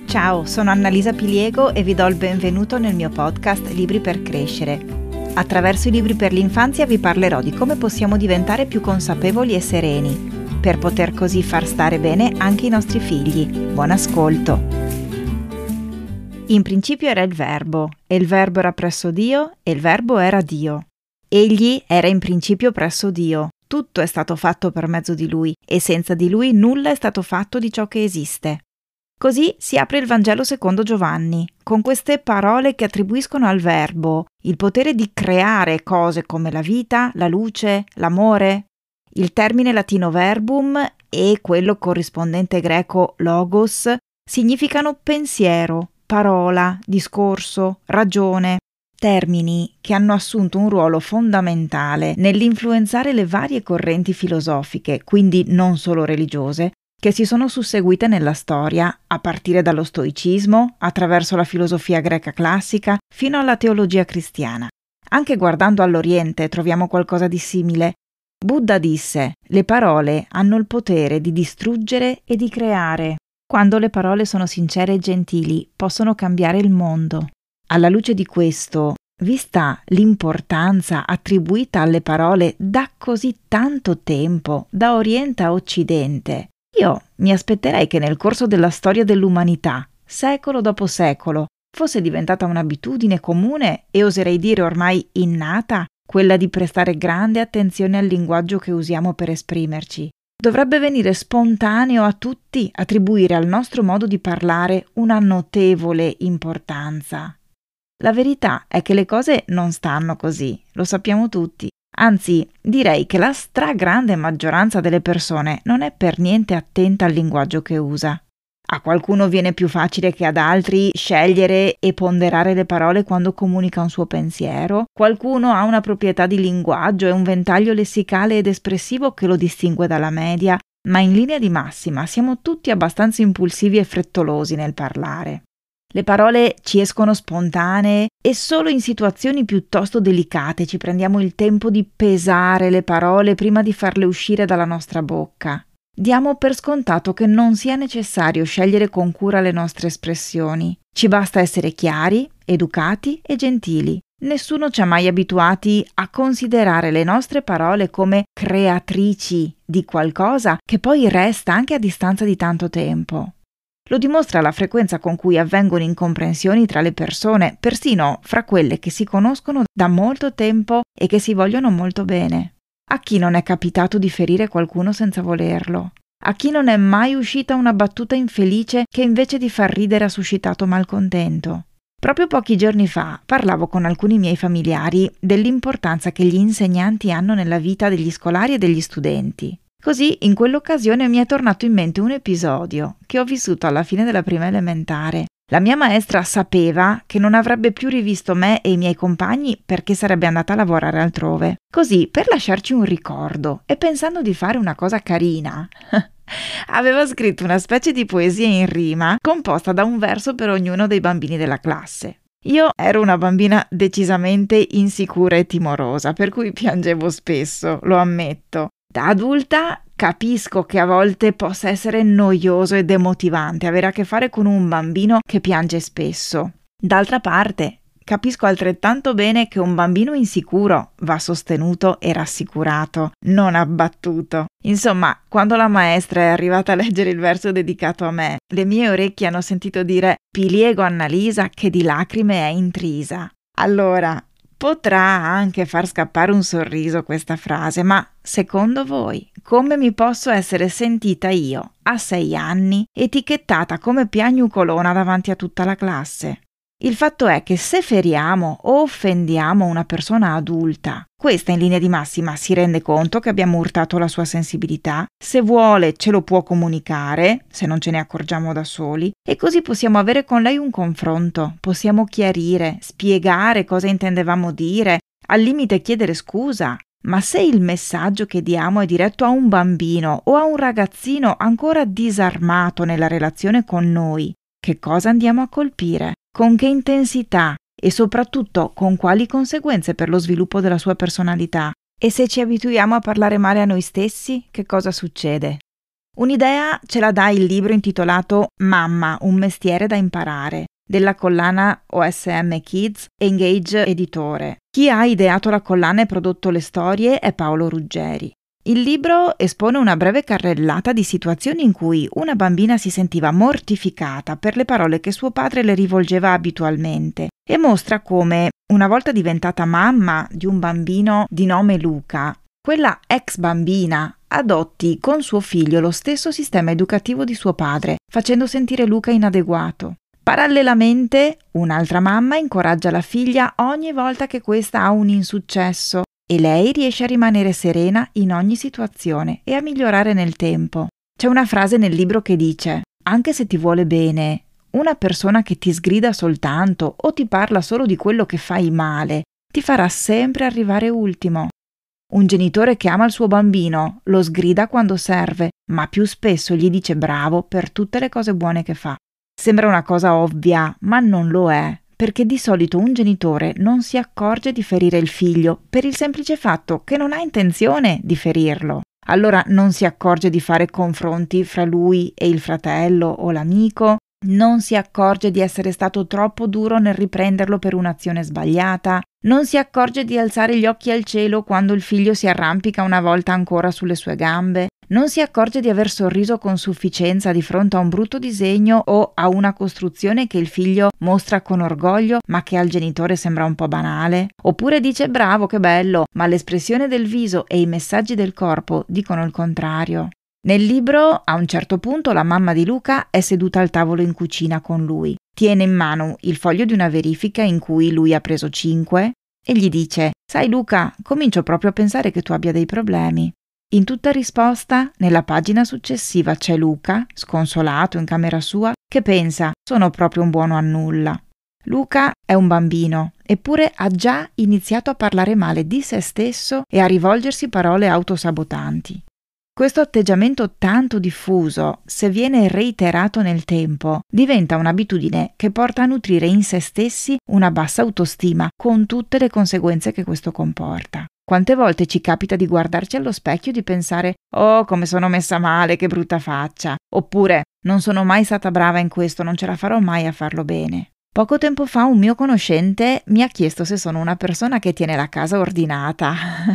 Ciao, sono Annalisa Piliego e vi do il benvenuto nel mio podcast Libri per crescere. Attraverso i libri per l'infanzia vi parlerò di come possiamo diventare più consapevoli e sereni, per poter così far stare bene anche i nostri figli. Buon ascolto! In principio era il Verbo, e il Verbo era presso Dio, e il Verbo era Dio. Egli era in principio presso Dio. Tutto è stato fatto per mezzo di Lui, e senza di Lui nulla è stato fatto di ciò che esiste. Così si apre il Vangelo secondo Giovanni, con queste parole che attribuiscono al Verbo il potere di creare cose come la vita, la luce, l'amore. Il termine latino verbum e quello corrispondente greco logos significano pensiero, parola, discorso, ragione. Termini che hanno assunto un ruolo fondamentale nell'influenzare le varie correnti filosofiche, quindi non solo religiose, che si sono susseguite nella storia, a partire dallo stoicismo, attraverso la filosofia greca classica, fino alla teologia cristiana. Anche guardando all'Oriente troviamo qualcosa di simile. Buddha disse: le parole hanno il potere di distruggere e di creare. Quando le parole sono sincere e gentili, possono cambiare il mondo. Alla luce di questo, vista l'importanza attribuita alle parole da così tanto tempo, da Oriente a Occidente, io mi aspetterei che nel corso della storia dell'umanità, secolo dopo secolo, fosse diventata un'abitudine comune e oserei dire ormai innata, quella di prestare grande attenzione al linguaggio che usiamo per esprimerci. Dovrebbe venire spontaneo a tutti attribuire al nostro modo di parlare una notevole importanza. La verità è che le cose non stanno così, lo sappiamo tutti. Anzi, direi che la stragrande maggioranza delle persone non è per niente attenta al linguaggio che usa. A qualcuno viene più facile che ad altri scegliere e ponderare le parole quando comunica un suo pensiero. Qualcuno ha una proprietà di linguaggio e un ventaglio lessicale ed espressivo che lo distingue dalla media, ma in linea di massima siamo tutti abbastanza impulsivi e frettolosi nel parlare. Le parole ci escono spontanee e solo in situazioni piuttosto delicate ci prendiamo il tempo di pesare le parole prima di farle uscire dalla nostra bocca. Diamo per scontato che non sia necessario scegliere con cura le nostre espressioni. Ci basta essere chiari, educati e gentili. Nessuno ci ha mai abituati a considerare le nostre parole come creatrici di qualcosa che poi resta anche a distanza di tanto tempo. Lo dimostra la frequenza con cui avvengono incomprensioni tra le persone, persino fra quelle che si conoscono da molto tempo e che si vogliono molto bene. A chi non è capitato di ferire qualcuno senza volerlo? A chi non è mai uscita una battuta infelice che invece di far ridere ha suscitato malcontento? Proprio pochi giorni fa parlavo con alcuni miei familiari dell'importanza che gli insegnanti hanno nella vita degli scolari e degli studenti. Così, in quell'occasione mi è tornato in mente un episodio che ho vissuto alla fine della prima elementare. La mia maestra sapeva che non avrebbe più rivisto me e i miei compagni perché sarebbe andata a lavorare altrove. Così, per lasciarci un ricordo e pensando di fare una cosa carina, aveva scritto una specie di poesia in rima composta da un verso per ognuno dei bambini della classe. Io ero una bambina decisamente insicura e timorosa, per cui piangevo spesso, lo ammetto. Da adulta capisco che a volte possa essere noioso e demotivante avere a che fare con un bambino che piange spesso. D'altra parte, capisco altrettanto bene che un bambino insicuro va sostenuto e rassicurato, non abbattuto. Insomma, quando la maestra è arrivata a leggere il verso dedicato a me, le mie orecchie hanno sentito dire «Piliego Annalisa che di lacrime è intrisa». Allora, potrà anche far scappare un sorriso questa frase, ma secondo voi come mi posso essere sentita io a 6 anni etichettata come piagnucolona davanti a tutta la classe? Il fatto è che se feriamo o offendiamo una persona adulta, questa in linea di massima si rende conto che abbiamo urtato la sua sensibilità, se vuole ce lo può comunicare, se non ce ne accorgiamo da soli, e così possiamo avere con lei un confronto, possiamo chiarire, spiegare cosa intendevamo dire, al limite chiedere scusa. Ma se il messaggio che diamo è diretto a un bambino o a un ragazzino ancora disarmato nella relazione con noi, che cosa andiamo a colpire? Con che intensità e soprattutto con quali conseguenze per lo sviluppo della sua personalità? E se ci abituiamo a parlare male a noi stessi, che cosa succede? Un'idea ce la dà il libro intitolato Mamma, un mestiere da imparare, della collana OSM Kids, Engage Editore. Chi ha ideato la collana e prodotto le storie è Paolo Ruggeri. Il libro espone una breve carrellata di situazioni in cui una bambina si sentiva mortificata per le parole che suo padre le rivolgeva abitualmente e mostra come, una volta diventata mamma di un bambino di nome Luca, quella ex bambina adotti con suo figlio lo stesso sistema educativo di suo padre, facendo sentire Luca inadeguato. Parallelamente, un'altra mamma incoraggia la figlia ogni volta che questa ha un insuccesso e lei riesce a rimanere serena in ogni situazione e a migliorare nel tempo. C'è una frase nel libro che dice: anche se ti vuole bene, una persona che ti sgrida soltanto o ti parla solo di quello che fai male, ti farà sempre arrivare ultimo. Un genitore che ama il suo bambino lo sgrida quando serve, ma più spesso gli dice bravo per tutte le cose buone che fa. Sembra una cosa ovvia, ma non lo è, perché di solito un genitore non si accorge di ferire il figlio per il semplice fatto che non ha intenzione di ferirlo. Allora non si accorge di fare confronti fra lui e il fratello o l'amico, non si accorge di essere stato troppo duro nel riprenderlo per un'azione sbagliata, non si accorge di alzare gli occhi al cielo quando il figlio si arrampica una volta ancora sulle sue gambe, non si accorge di aver sorriso con sufficienza di fronte a un brutto disegno o a una costruzione che il figlio mostra con orgoglio ma che al genitore sembra un po' banale, oppure dice bravo, che bello, ma l'espressione del viso e i messaggi del corpo dicono il contrario. Nel libro, a un certo punto, la mamma di Luca è seduta al tavolo in cucina con lui. Tiene in mano il foglio di una verifica in cui lui ha preso 5 e gli dice: «Sai Luca, comincio proprio a pensare che tu abbia dei problemi». In tutta risposta, nella pagina successiva c'è Luca, sconsolato in camera sua, che pensa: «Sono proprio un buono a nulla». Luca è un bambino, eppure ha già iniziato a parlare male di se stesso e a rivolgersi parole autosabotanti. Questo atteggiamento tanto diffuso, se viene reiterato nel tempo, diventa un'abitudine che porta a nutrire in se stessi una bassa autostima, con tutte le conseguenze che questo comporta. Quante volte ci capita di guardarci allo specchio e di pensare: «Oh, come sono messa male, che brutta faccia», oppure «Non sono mai stata brava in questo, non ce la farò mai a farlo bene». Poco tempo fa un mio conoscente mi ha chiesto se sono una persona che tiene la casa ordinata.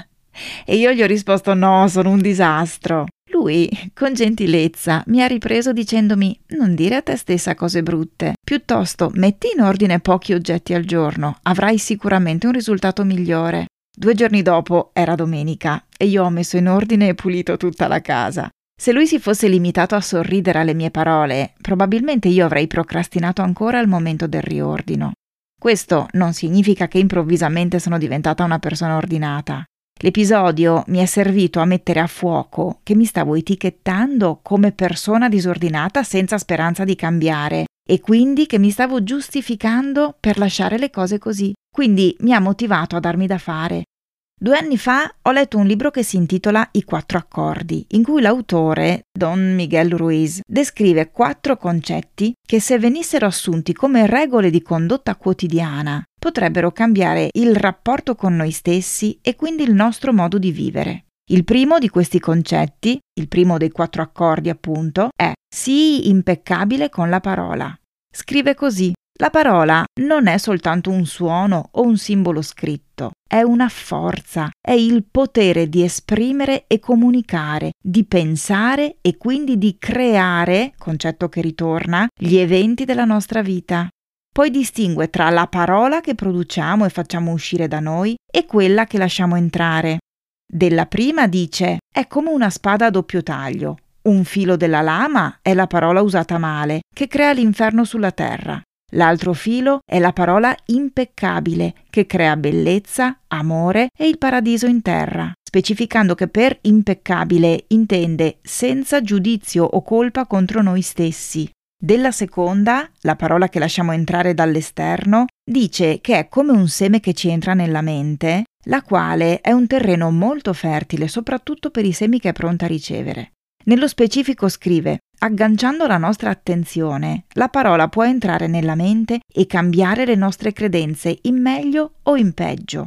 E io gli ho risposto: «No, sono un disastro». Lui, con gentilezza, mi ha ripreso dicendomi: «Non dire a te stessa cose brutte, piuttosto metti in ordine pochi oggetti al giorno, avrai sicuramente un risultato migliore». 2 giorni dopo era domenica e io ho messo in ordine e pulito tutta la casa. Se lui si fosse limitato a sorridere alle mie parole, probabilmente io avrei procrastinato ancora il momento del riordino. Questo non significa che improvvisamente sono diventata una persona ordinata. L'episodio mi è servito a mettere a fuoco che mi stavo etichettando come persona disordinata senza speranza di cambiare e quindi che mi stavo giustificando per lasciare le cose così. Quindi mi ha motivato a darmi da fare. 2 anni fa ho letto un libro che si intitola I 4 accordi, in cui l'autore, Don Miguel Ruiz, descrive 4 concetti che, se venissero assunti come regole di condotta quotidiana, potrebbero cambiare il rapporto con noi stessi e quindi il nostro modo di vivere. Il primo di questi concetti, il primo dei 4 accordi appunto, è: sii impeccabile con la parola. Scrive così: la parola non è soltanto un suono o un simbolo scritto, è una forza, è il potere di esprimere e comunicare, di pensare e quindi di creare, concetto che ritorna, gli eventi della nostra vita. Poi distingue tra la parola che produciamo e facciamo uscire da noi e quella che lasciamo entrare. Della prima dice: è come una spada a doppio taglio. Un filo della lama è la parola usata male, che crea l'inferno sulla terra. L'altro filo è la parola impeccabile, che crea bellezza, amore e il paradiso in terra, specificando che per impeccabile intende senza giudizio o colpa contro noi stessi. Della seconda, la parola che lasciamo entrare dall'esterno, dice che è come un seme che ci entra nella mente, la quale è un terreno molto fertile, soprattutto per i semi che è pronta a ricevere. Nello specifico scrive: agganciando la nostra attenzione, la parola può entrare nella mente e cambiare le nostre credenze in meglio o in peggio.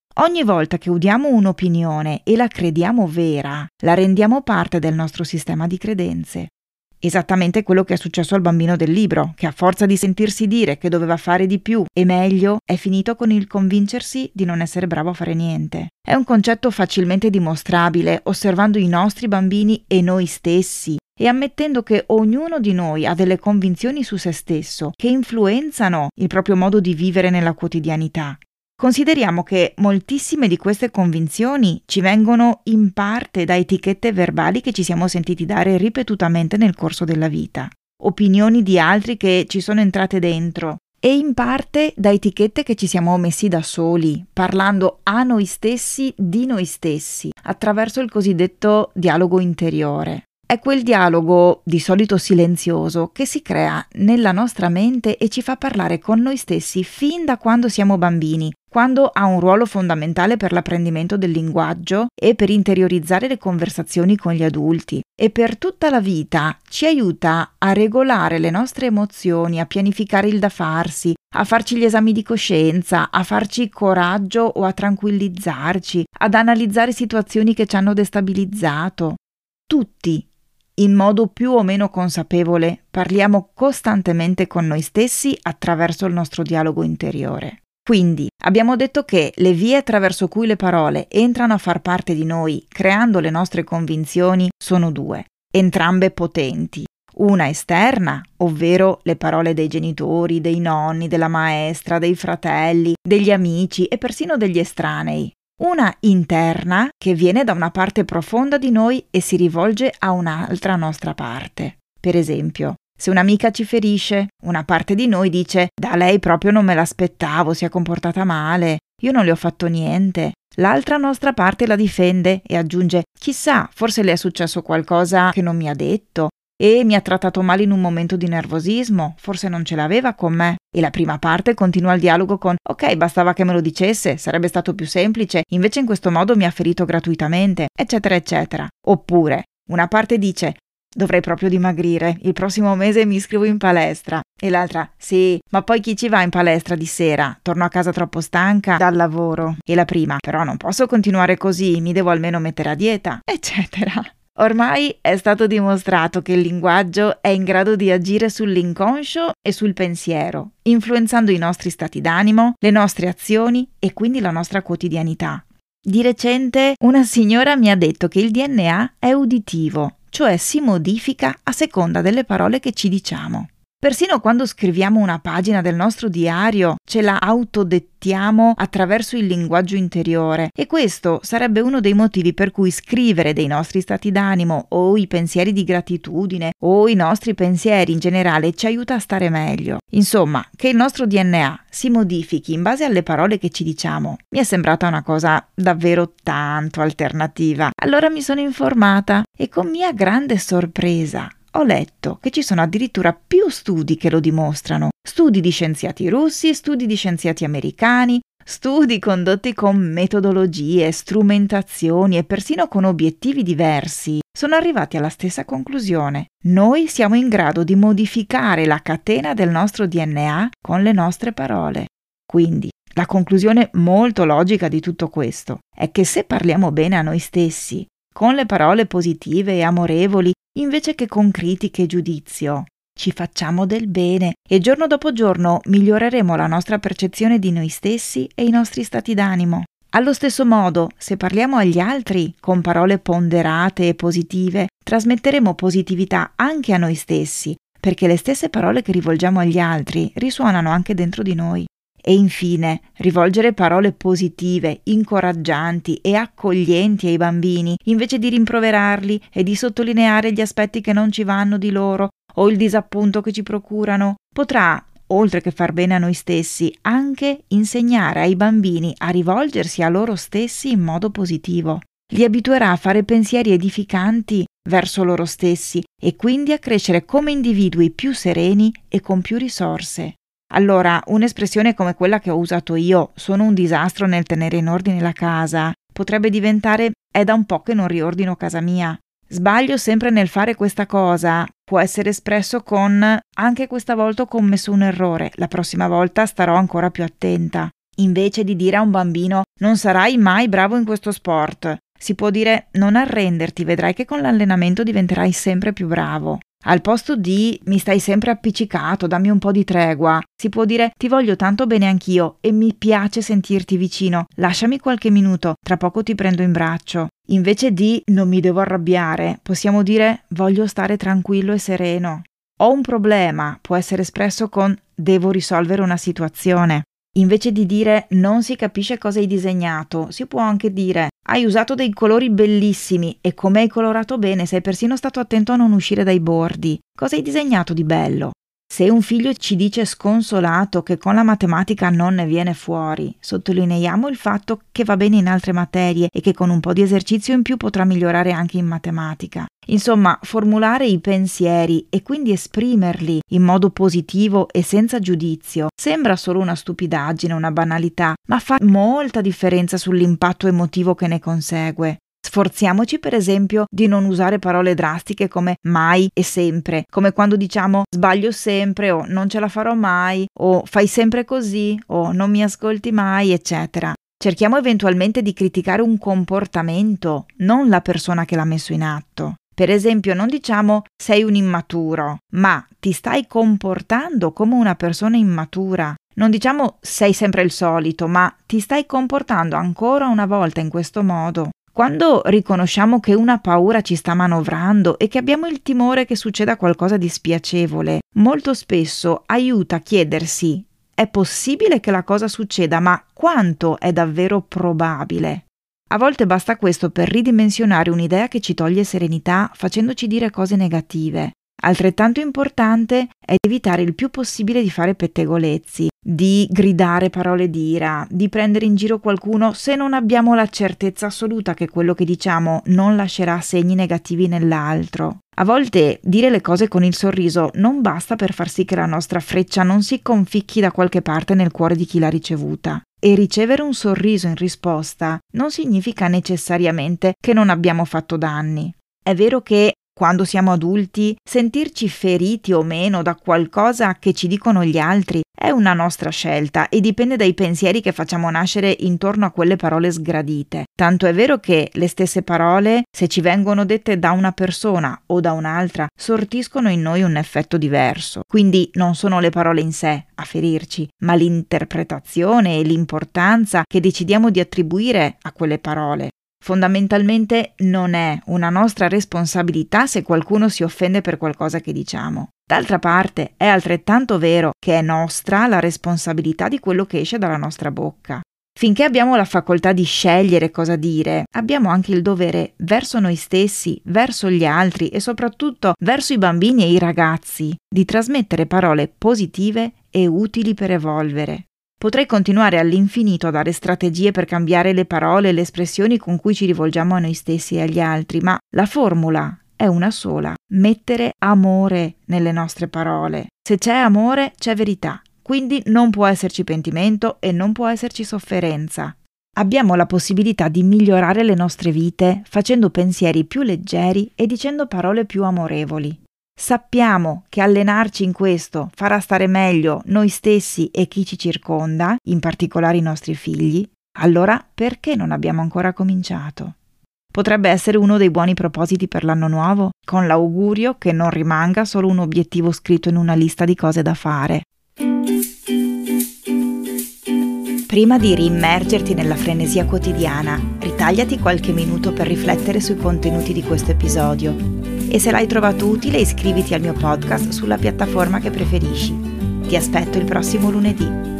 Ogni volta che udiamo un'opinione e la crediamo vera, la rendiamo parte del nostro sistema di credenze. Esattamente quello che è successo al bambino del libro, che a forza di sentirsi dire che doveva fare di più e meglio, è finito con il convincersi di non essere bravo a fare niente. È un concetto facilmente dimostrabile osservando i nostri bambini e noi stessi e ammettendo che ognuno di noi ha delle convinzioni su se stesso che influenzano il proprio modo di vivere nella quotidianità. Consideriamo che moltissime di queste convinzioni ci vengono in parte da etichette verbali che ci siamo sentiti dare ripetutamente nel corso della vita, opinioni di altri che ci sono entrate dentro e in parte da etichette che ci siamo messi da soli, parlando a noi stessi di noi stessi, attraverso il cosiddetto dialogo interiore. È quel dialogo, di solito silenzioso, che si crea nella nostra mente e ci fa parlare con noi stessi fin da quando siamo bambini, quando ha un ruolo fondamentale per l'apprendimento del linguaggio e per interiorizzare le conversazioni con gli adulti. E per tutta la vita ci aiuta a regolare le nostre emozioni, a pianificare il da farsi, a farci gli esami di coscienza, a farci coraggio o a tranquillizzarci, ad analizzare situazioni che ci hanno destabilizzato. Tutti, in modo più o meno consapevole, parliamo costantemente con noi stessi attraverso il nostro dialogo interiore. Quindi abbiamo detto che le vie attraverso cui le parole entrano a far parte di noi, creando le nostre convinzioni, sono due, entrambe potenti. Una esterna, ovvero le parole dei genitori, dei nonni, della maestra, dei fratelli, degli amici e persino degli estranei. Una interna che viene da una parte profonda di noi e si rivolge a un'altra nostra parte. Per esempio, se un'amica ci ferisce, una parte di noi dice «Da lei proprio non me l'aspettavo, si è comportata male, io non le ho fatto niente». L'altra nostra parte la difende e aggiunge «Chissà, forse le è successo qualcosa che non mi ha detto e mi ha trattato male in un momento di nervosismo, forse non ce l'aveva con me». E la prima parte continua il dialogo con «Ok, bastava che me lo dicesse, sarebbe stato più semplice, invece in questo modo mi ha ferito gratuitamente», eccetera eccetera. Oppure una parte dice «Dovrei proprio dimagrire, il prossimo mese mi iscrivo in palestra». E l'altra «Sì, ma poi chi ci va in palestra di sera? Torno a casa troppo stanca dal lavoro». E la prima «Però non posso continuare così, mi devo almeno mettere a dieta», eccetera. Ormai è stato dimostrato che il linguaggio è in grado di agire sull'inconscio e sul pensiero, influenzando i nostri stati d'animo, le nostre azioni e quindi la nostra quotidianità. Di recente una signora mi ha detto che il DNA è uditivo, cioè si modifica a seconda delle parole che ci diciamo. Persino quando scriviamo una pagina del nostro diario ce la autodettiamo attraverso il linguaggio interiore e questo sarebbe uno dei motivi per cui scrivere dei nostri stati d'animo o i pensieri di gratitudine o i nostri pensieri in generale ci aiuta a stare meglio. Insomma, che il nostro DNA si modifichi in base alle parole che ci diciamo mi è sembrata una cosa davvero tanto alternativa. Allora mi sono informata e con mia grande sorpresa ho letto che ci sono addirittura più studi che lo dimostrano. Studi di scienziati russi, studi di scienziati americani, studi condotti con metodologie, strumentazioni e persino con obiettivi diversi. Sono arrivati alla stessa conclusione. Noi siamo in grado di modificare la catena del nostro DNA con le nostre parole. Quindi, la conclusione molto logica di tutto questo è che se parliamo bene a noi stessi, con le parole positive e amorevoli, invece che con critiche e giudizio, ci facciamo del bene e giorno dopo giorno miglioreremo la nostra percezione di noi stessi e i nostri stati d'animo. Allo stesso modo, se parliamo agli altri con parole ponderate e positive, trasmetteremo positività anche a noi stessi, perché le stesse parole che rivolgiamo agli altri risuonano anche dentro di noi. E infine, rivolgere parole positive, incoraggianti e accoglienti ai bambini, invece di rimproverarli e di sottolineare gli aspetti che non ci vanno di loro o il disappunto che ci procurano, potrà, oltre che far bene a noi stessi, anche insegnare ai bambini a rivolgersi a loro stessi in modo positivo. Li abituerà a fare pensieri edificanti verso loro stessi e quindi a crescere come individui più sereni e con più risorse. Allora, un'espressione come quella che ho usato io, sono un disastro nel tenere in ordine la casa, potrebbe diventare è da un po' che non riordino casa mia. Sbaglio sempre nel fare questa cosa, può essere espresso con anche questa volta ho commesso un errore, la prossima volta starò ancora più attenta. Invece di dire a un bambino non sarai mai bravo in questo sport, si può dire non arrenderti, vedrai che con l'allenamento diventerai sempre più bravo. Al posto di mi stai sempre appiccicato, dammi un po' di tregua, si può dire ti voglio tanto bene anch'io e mi piace sentirti vicino, lasciami qualche minuto, tra poco ti prendo in braccio. Invece di non mi devo arrabbiare, possiamo dire voglio stare tranquillo e sereno. Ho un problema, può essere espresso con devo risolvere una situazione. Invece di dire non si capisce cosa hai disegnato, si può anche dire hai usato dei colori bellissimi e come hai colorato bene, sei persino stato attento a non uscire dai bordi. Cosa hai disegnato di bello? Se un figlio ci dice sconsolato che con la matematica non ne viene fuori, sottolineiamo il fatto che va bene in altre materie e che con un po' di esercizio in più potrà migliorare anche in matematica. Insomma, formulare i pensieri e quindi esprimerli in modo positivo e senza giudizio sembra solo una stupidaggine, una banalità, ma fa molta differenza sull'impatto emotivo che ne consegue. Sforziamoci per esempio di non usare parole drastiche come mai e sempre, come quando diciamo sbaglio sempre o non ce la farò mai o fai sempre così o non mi ascolti mai, eccetera. Cerchiamo eventualmente di criticare un comportamento, non la persona che l'ha messo in atto. Per esempio non diciamo sei un immaturo, ma ti stai comportando come una persona immatura. Non diciamo sei sempre il solito, ma ti stai comportando ancora una volta in questo modo. Quando riconosciamo che una paura ci sta manovrando e che abbiamo il timore che succeda qualcosa di spiacevole, molto spesso aiuta a chiedersi è possibile che la cosa succeda, ma quanto è davvero probabile? A volte basta questo per ridimensionare un'idea che ci toglie serenità facendoci dire cose negative. Altrettanto importante è evitare il più possibile di fare pettegolezzi, di gridare parole d'ira, di prendere in giro qualcuno se non abbiamo la certezza assoluta che quello che diciamo non lascerà segni negativi nell'altro. A volte dire le cose con il sorriso non basta per far sì che la nostra freccia non si conficchi da qualche parte nel cuore di chi l'ha ricevuta. E ricevere un sorriso in risposta non significa necessariamente che non abbiamo fatto danni. È vero che quando siamo adulti, sentirci feriti o meno da qualcosa che ci dicono gli altri è una nostra scelta e dipende dai pensieri che facciamo nascere intorno a quelle parole sgradite. Tanto è vero che le stesse parole, se ci vengono dette da una persona o da un'altra, sortiscono in noi un effetto diverso. Quindi non sono le parole in sé a ferirci, ma l'interpretazione e l'importanza che decidiamo di attribuire a quelle parole. Fondamentalmente non è una nostra responsabilità se qualcuno si offende per qualcosa che diciamo. D'altra parte è altrettanto vero che è nostra la responsabilità di quello che esce dalla nostra bocca. Finché abbiamo la facoltà di scegliere cosa dire, abbiamo anche il dovere verso noi stessi, verso gli altri e soprattutto verso i bambini e i ragazzi di trasmettere parole positive e utili per evolvere. Potrei continuare all'infinito a dare strategie per cambiare le parole e le espressioni con cui ci rivolgiamo a noi stessi e agli altri, ma la formula è una sola: mettere amore nelle nostre parole. Se c'è amore, c'è verità, quindi non può esserci pentimento e non può esserci sofferenza. Abbiamo la possibilità di migliorare le nostre vite facendo pensieri più leggeri e dicendo parole più amorevoli. Sappiamo che allenarci in questo farà stare meglio noi stessi e chi ci circonda, in particolare i nostri figli, allora perché non abbiamo ancora cominciato? Potrebbe essere uno dei buoni propositi per l'anno nuovo, con l'augurio che non rimanga solo un obiettivo scritto in una lista di cose da fare. Prima di riimmergerti nella frenesia quotidiana, ritagliati qualche minuto per riflettere sui contenuti di questo episodio. E se l'hai trovato utile, iscriviti al mio podcast sulla piattaforma che preferisci. Ti aspetto il prossimo lunedì.